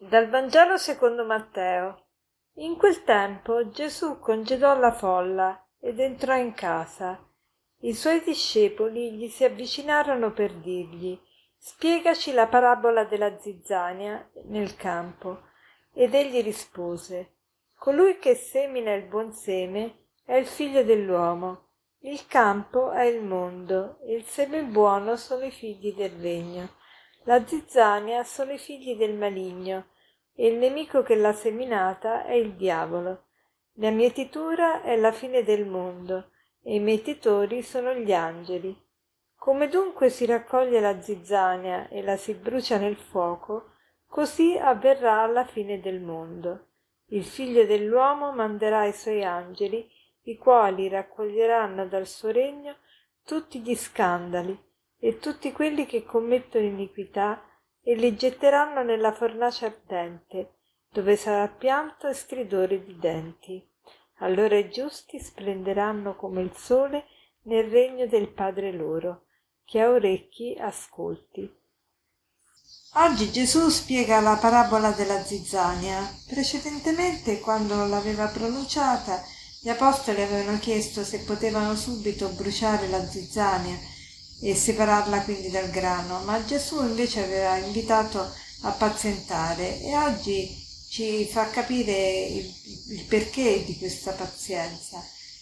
Dal Vangelo secondo Matteo. In quel tempo Gesù congedò la folla ed entrò in casa. I suoi discepoli gli si avvicinarono per dirgli: «Spiegaci la parabola della zizzania nel campo». Ed egli rispose: «Colui che semina il buon seme è il figlio dell'uomo. Il campo è il mondo, e il seme buono sono i figli del regno. La zizzania sono i figli del maligno, e il nemico che l'ha seminata è il diavolo. La mietitura è la fine del mondo, e i mietitori sono gli angeli. Come dunque si raccoglie la zizzania e la si brucia nel fuoco, così avverrà alla fine del mondo. Il figlio dell'uomo manderà i suoi angeli, i quali raccoglieranno dal suo regno tutti gli scandali e tutti quelli che commettono iniquità, e li getteranno nella fornace ardente, dove sarà pianto e stridore di denti. Allora i giusti splenderanno come il sole nel regno del Padre loro. Chi ha orecchi ascolti». Oggi Gesù spiega la parabola della zizzania. Precedentemente, quando l'aveva pronunciata, gli apostoli avevano chiesto se potevano subito bruciare la zizzania e separarla quindi dal grano, ma Gesù invece aveva invitato a pazientare, e oggi ci fa capire il perché di questa pazienza.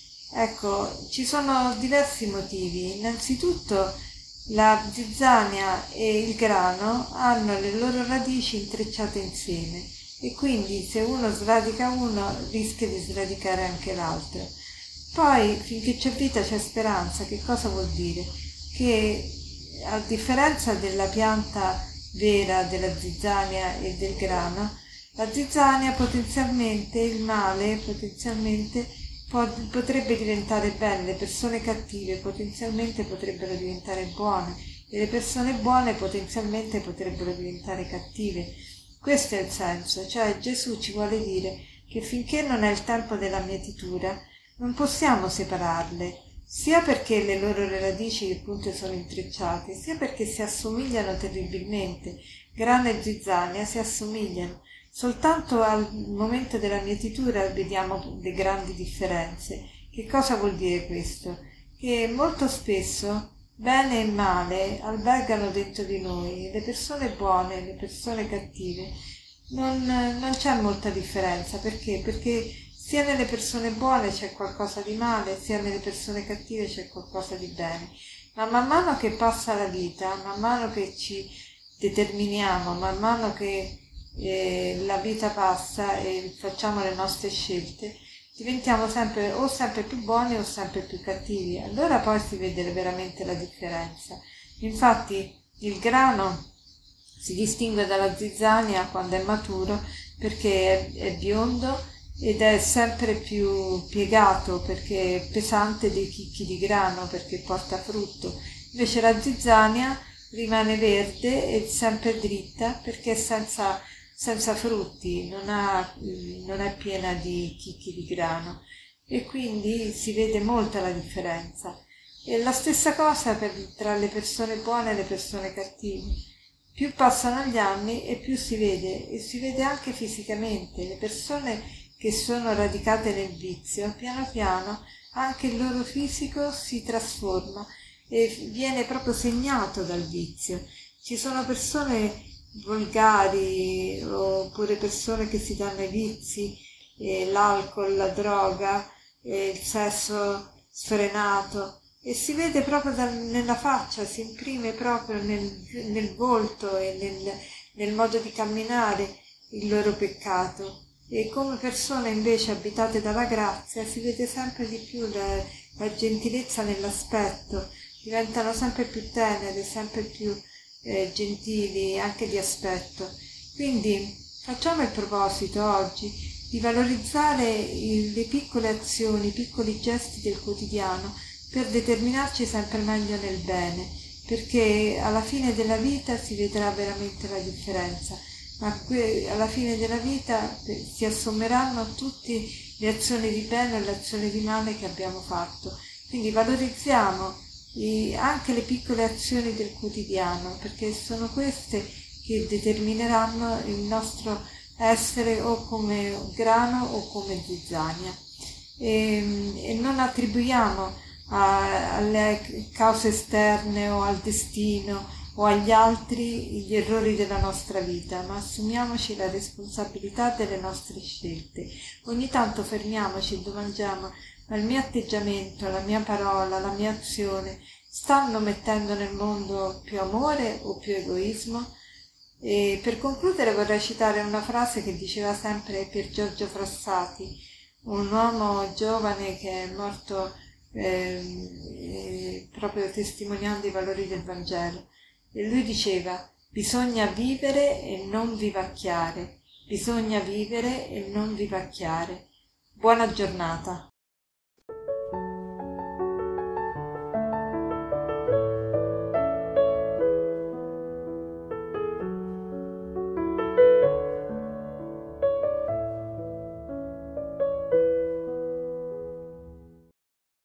Ecco, ci sono diversi motivi. Innanzitutto, la zizzania e il grano hanno le loro radici intrecciate insieme, e quindi se uno sradica uno rischia di sradicare anche l'altro. Poi, finché c'è vita c'è speranza. Che cosa vuol dire? Che a differenza della pianta vera, della zizzania e del grano, la zizzania potenzialmente, il male potenzialmente potrebbe diventare bene, le persone cattive potenzialmente potrebbero diventare buone, e le persone buone potenzialmente potrebbero diventare cattive. Questo è il senso, cioè Gesù ci vuole dire che finché non è il tempo della mietitura non possiamo separarle, sia perché le loro radici appunto sono intrecciate, sia perché si assomigliano terribilmente. Grano e zizzania si assomigliano. Soltanto al momento della mietitura vediamo le grandi differenze. Che cosa vuol dire questo? Che molto spesso bene e male albergano dentro di noi, le persone buone e le persone cattive. Non c'è molta differenza. Perché? Perché sia nelle persone buone c'è qualcosa di male, sia nelle persone cattive c'è qualcosa di bene. Ma man mano che passa la vita, man mano che ci determiniamo, man mano che la vita passa e facciamo le nostre scelte, diventiamo sempre più buoni o sempre più cattivi. Allora poi si vede veramente la differenza. Infatti il grano si distingue dalla zizzania quando è maturo, perché è biondo ed è sempre più piegato, perché è pesante dei chicchi di grano, perché porta frutto. Invece la zizzania rimane verde e sempre dritta, perché è senza frutti, non è piena di chicchi di grano, e quindi si vede molta la differenza. E la stessa cosa tra le persone buone e le persone cattive. Più passano gli anni e più si vede, e si vede anche fisicamente. Le persone che sono radicate nel vizio, piano piano anche il loro fisico si trasforma e viene proprio segnato dal vizio. Ci sono persone volgari, oppure persone che si danno ai vizi, l'alcol, la droga, il sesso sfrenato, e si vede proprio nella faccia, si imprime proprio nel volto e nel modo di camminare il loro peccato. E come persone invece abitate dalla grazia si vede sempre di più la gentilezza nell'aspetto, diventano sempre più tenere, sempre più gentili anche di aspetto. Quindi facciamo il proposito oggi di valorizzare le piccole azioni, i piccoli gesti del quotidiano, per determinarci sempre meglio nel bene, perché alla fine della vita si vedrà veramente la differenza, ma alla fine della vita si assommeranno tutte le azioni di bene e le azioni di male che abbiamo fatto. Quindi valorizziamo anche le piccole azioni del quotidiano, perché sono queste che determineranno il nostro essere o come grano o come zizzania. E non attribuiamo alle cause esterne o al destino o agli altri gli errori della nostra vita, ma assumiamoci la responsabilità delle nostre scelte. Ogni tanto fermiamoci e domandiamo: ma il mio atteggiamento, la mia parola, la mia azione stanno mettendo nel mondo più amore o più egoismo? E per concludere vorrei citare una frase che diceva sempre Pier Giorgio Frassati, un uomo giovane che è morto proprio testimoniando i valori del Vangelo. E lui diceva: bisogna vivere e non vivacchiare, bisogna vivere e non vivacchiare. Buona giornata.